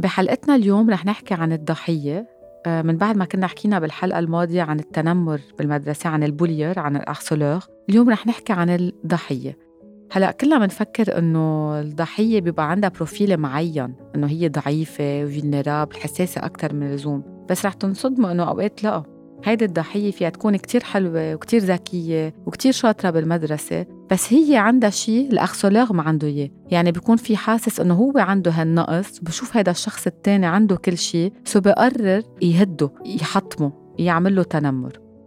بحلقتنا اليوم رح نحكي عن الضحية. من بعد ما كنا حكينا بالحلقة الماضية عن التنمر بالمدرسة، عن البولير، عن الأرسولور، اليوم رح نحكي عن الضحية. هلأ كلنا منفكر إنه الضحية بيبقى عندها بروفيل معين، إنه هي ضعيفة وفيلنرابل، حساسة أكتر من اللزوم، بس رح تنصدموا إنه أوقات لا، هيدي الضحية فيها تكون كتير حلوة وكتير ذكية وكتير شاطرة بالمدرسة، بس هي عندها شيء الأرسولور ما عنده إياه. يعني بيكون في حاسس إنه هو عنده هالنقص، بشوف هيدا الشخص التاني عنده كل شيء، سو بقرر يهده، يحطمه، يعمل له تنمر.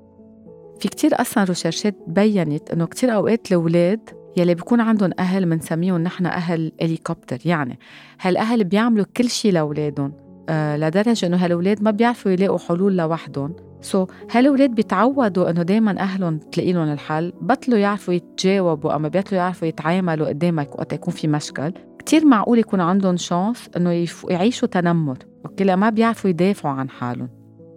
في كتير أصلاً ريسيرشات بيّنت إنه كتير أوقات الأولاد يلي بيكون عندهم أهل منسميهم نحن أهل هليكوبتر، يعني هالأهل بيعملوا كل شيء لأولادهم لدرجة إنه هالأولاد ما بيعرفوا يلاقوا حلول لوحدهم. هالأولاد بيتعودوا إنه دايماً أهلهم تلاقيلهم الحل، بطلوا يعرفوا يتجاوبوا أما بيطلوا يعرفوا يتعاملوا قدامك وقت يكون في مشكل. كتير معقول يكون عندهم شانس إنه يعيشوا تنمر، أوكي، لا ما بيعرفوا يدافعوا عن حالهم.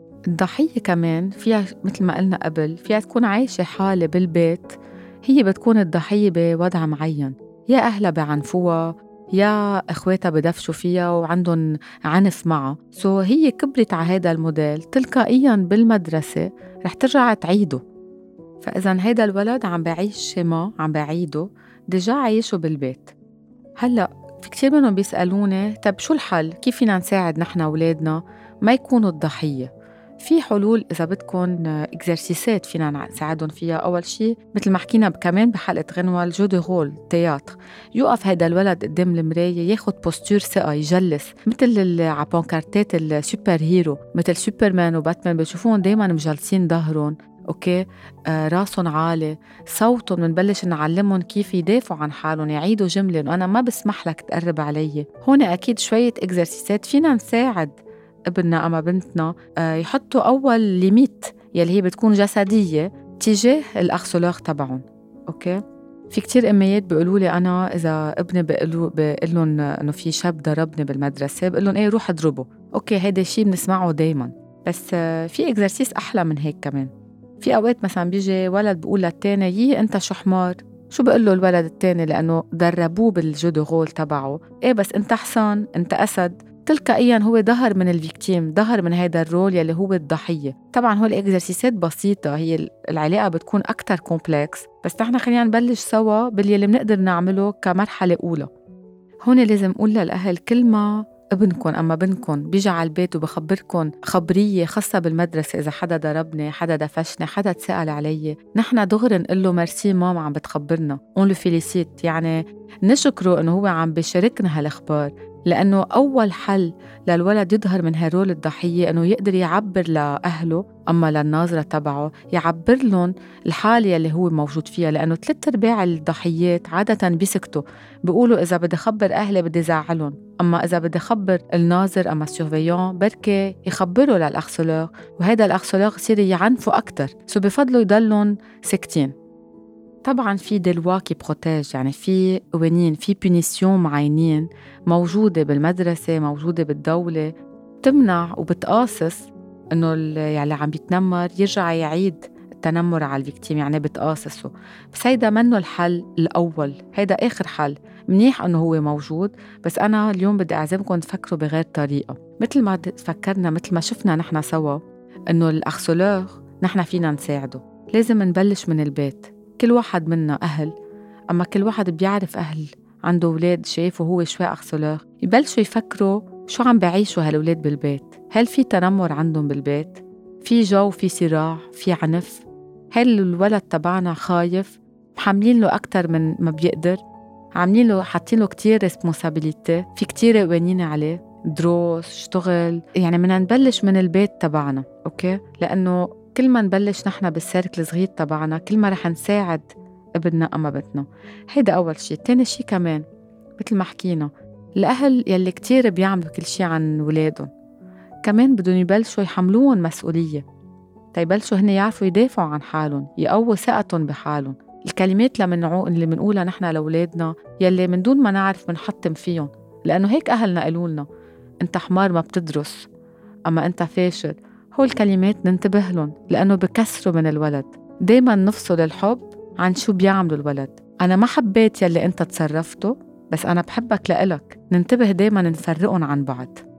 الضحية كمان فيها مثل ما قلنا قبل، فيها تكون عايشة حالة بالبيت، هي بتكون الضحية بوضع معين، يا أهلها بعنفوها يا إخواتها بدفشوا فيها وعندهم عنف معها. هي كبرت على هذا الموديل، تلقائياً بالمدرسة رح ترجع تعيده. فإذا هيدا الولد عم بعيش شما عم بعيده ديجا عايشه بالبيت. هلأ في كتير منهم بيسألوني طب شو الحل؟ كيف فينا نساعد نحن أولادنا ما يكونوا الضحية؟ في حلول إذا بدكن إكزرسيسات فينا نساعدهم فيها. أول شيء مثل ما حكينا كمان بحلقة غنوة، الجو دي رول، تياتر، يوقف هيدا الولد قدام المراية، ياخد بوستور ثقة، يجلس مثل عبانكارتات السوبر هيرو، مثل سوبرمان وباتمان، بتشوفون دايما مجلسين ظهرهم، أوكي، راسهم عالي، صوتهم منبلش نعلمهم كيف يدافعوا عن حالهم، يعيدوا جملة أنا ما بسمح لك تقرب علي. هون أكيد شوية إكزرسيسات فينا نساعد ابننا أما بنتنا يحطوا أول ليميت يلي هي بتكون جسدية تجاه الأرسولور تبعهم. أوكي، في كتير أميات بيقولوا لي أنا إذا ابني بقلن إنه في شاب ضربني بالمدرسة بقلن إيه روح اضربه. أوكي، هيدا الشيء بنسمعه دايما، بس في إكزرسيس أحلى من هيك كمان. في أوقات مثلا بيجي ولد بقول للتاني يي أنت شو حمار، شو بقول له الولد التاني لأنه دربوه بالجودو غول تبعه، إيه بس أنت حصان، أنت أسد. تلقائياً هو ظهر من الفيكتيم، ظهر من هيدا الرول يلي هو الضحية. طبعاً هو الإكزرسيسات بسيطة، هي العلاقة بتكون أكتر كومبلكس، بس نحن خلينا نبلش سوا باللي بنقدر نعمله كمرحلة أولى. هون لازم أقول للأهل كل ما ابنكم أما بنكم بيجي على البيت وبخبركن خبرية خاصة بالمدرسة، إذا حدا ضربني، حدا دفشني، حدا تسأل علي، نحن دغري نقول له ميرسي ماما عم بتخبرنا، اون لو فيليسيت، يعني نشكره إنه هو عم بيشاركنا هالأخبار. لأنه أول حل للولد يظهر من هرول الضحية إنه يقدر يعبر لأهله أما للناظرة تبعه، يعبر لهم الحالة اللي هو موجود فيها. لأنه 3/4 الضحيات عادة بيسكتوا، بيقولوا إذا بدي خبر أهلي بدي زعلهم، أما إذا بدي خبر الناظر أما السورفيون بركي يخبروا للأرسولور، وهيدا الأرسولور يصير يعنفوا أكتر، بفضلوا يضلون سكتين. طبعاً في دلوا كي بروتيج، يعني في قوانين، في بونيسيون معينين موجودة بالمدرسة، موجودة بالدولة، بتمنع وبتقاصص إنه يعني عم بيتنمر يرجع يعيد التنمر على الفيكتيم، يعني بتقاصصه. بس هيدا منه الحل الأول، هيدا آخر حل. منيح إنه هو موجود، بس أنا اليوم بدي أعزمكم تفكروا بغير طريقة. مثل ما فكرنا، مثل ما شفنا نحن سوا إنه الأرسولور نحن فينا نساعده، لازم نبلش من البيت. كل واحد منا أهل، أما كل واحد بيعرف أهل عنده أولاد شايفه هو شوي أرسولور، يبلشوا يفكروا شو عم بعيشوا هالولاد بالبيت. هل في تنمر عندهم بالبيت؟ في جو، في صراع، في عنف؟ هل الولد تبعنا خايف؟ محملين له أكتر من ما بيقدر؟ عاملين له، حاطين له كتير ريسبونسابيليتي، في كتير قوانين عليه، دروس، اشتغل. يعني بدنا نبلش من البيت تبعنا، أوكي؟ لأنه كل ما نبلش نحن بالسيركل صغير تبعنا كل ما رح نساعد ابننا أما بنتنا. هيدا أول شيء. تاني شيء كمان مثل ما حكينا، الأهل يلي كتير بيعملوا كل شيء عن ولادهم كمان بدهم يبلشوا يحملوهم مسؤولية، تيبلشوا هن يعرفوا يدافعوا عن حالهم، يقووا ثقتهم بحالهم. الكلمات اللي منقولها نحن لأولادنا يلي من دون ما نعرف منحطم فيهم، لأنه هيك أهلنا قالولنا أنت حمار ما بتدرس، أما أنت فاشل. هو الكلمات ننتبه لهم لأنه بكسروا من الولد. دايما نفصل الحب عن شو بيعملوا الولد. أنا ما حبيت يلي أنت تصرفته، بس أنا بحبك لإلك. ننتبه دايما نفرقهم عن بعض.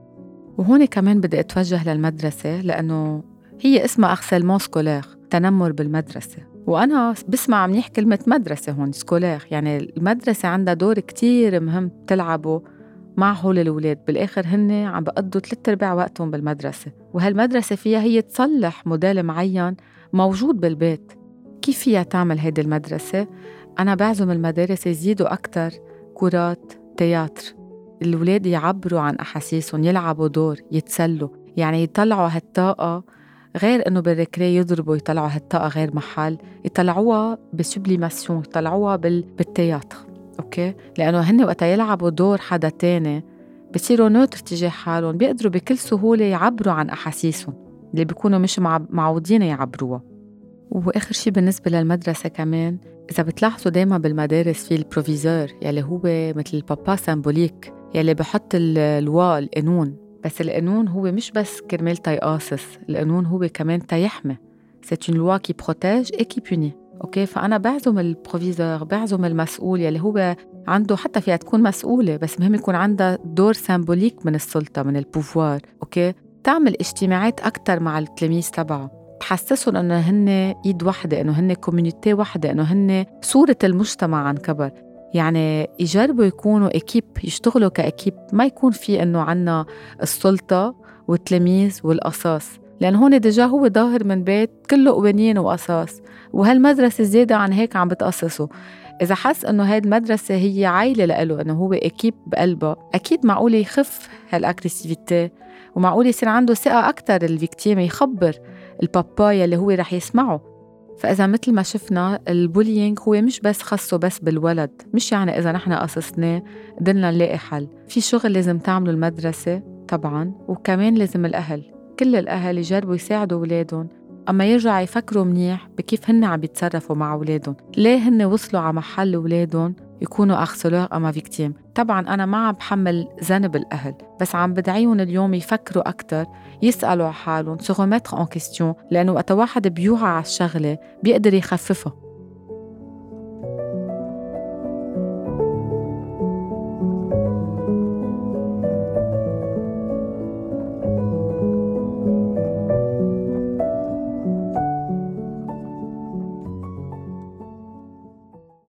وهون كمان بدي أتوجه للمدرسة، لأنه هي اسمها أخسلمون سكولير، تنمر بالمدرسة. وأنا بسمع منيح كلمة مدرسة هون سكولير، يعني المدرسة عندها دور كتير مهم تلعبه مع هول الأولاد. بالآخر هن عم بقضوا 3/4 وقتهم بالمدرسة، وهالمدرسة فيها هي تصلح موديل معين موجود بالبيت. كيف فيها تعمل هيدي المدرسة؟ أنا بعزم المدارس يزيدوا أكتر كورات، تياتر، الولاد يعبروا عن أحاسيسهم، يلعبوا دور، يتسلوا، يعني يطلعوا هالطاقة، غير إنه بالركري يضربوا، يطلعوا هالطاقة غير محل، يطلعوها بسوبليماسيون، يطلعوها بالتياتر. أوكي؟ لأنه هن وقتا يلعبوا دور حدا تاني بصيروا نوتر تجاه حالهم، بيقدروا بكل سهولة يعبروا عن أحاسيسهم اللي بيكونوا مش معودين يعبروها. وآخر شي بالنسبة للمدرسة كمان، إذا بتلاحظوا دايما بالمدارس في البروفيزور يلي هو مثل البابا سامبوليك، يلي بحط القانون. بس القانون هو مش بس كرمال تيقاصص، القانون هو كمان تيحمي. C'est une loi qui protège et qui punit. أوكي؟ فأنا بعزم البروفيزور، بعزم المسؤول يلي هو عنده، حتى فيها تكون مسؤولة بس مهم يكون عندها دور سامبوليك من السلطة، من البوفوار. أوكي؟ تعمل اجتماعات أكتر مع التلاميذ تبعه، تحسسهم إنه هن إيد واحدة، إنه هن كوميونيتي واحدة، إنه هن صورة المجتمع عن كبر. يعني يجربوا يكونوا إكيب، يشتغلوا كإكيب، ما يكون في إنه عنا السلطة والتلاميذ والقصاص، لأن هون ديجا هو ظاهر من بيت كله قوانين وقصاص، وهالمدرسة زيادة عن هيك عم بتقصصه. إذا حس إنه هاي المدرسة هي عائلة لإله، إنه هو إكيب بقلبه، أكيد معقول يخف هالأكريسيفيتي، ومعقول يصير عنده ثقة أكتر الفيكتيم، يخبر البابا يلي هو رح يسمعه. فإذا مثل ما شفنا البولينج هو مش بس خصه بس بالولد، مش يعني إذا نحن قصصناه قدرنا نلاقي حل. في شغل لازم تعمله المدرسة طبعاً، وكمان لازم الأهل، كل الأهل يجربوا يساعدوا أولادهم، أما يرجع يفكروا منيح بكيف هن عم يتصرفوا مع أولادهم، ليه هن وصلوا على محل أولادهم يكونوا أغسلوغ أما فيكتيم. طبعاً أنا ما عم بحمل ذنب الأهل، بس عم بدعيهم اليوم يفكروا أكتر، يسألوا على حالهم، se remettre en question، لأنه وقت واحد بيوعى على الشغلة بيقدر يخففها.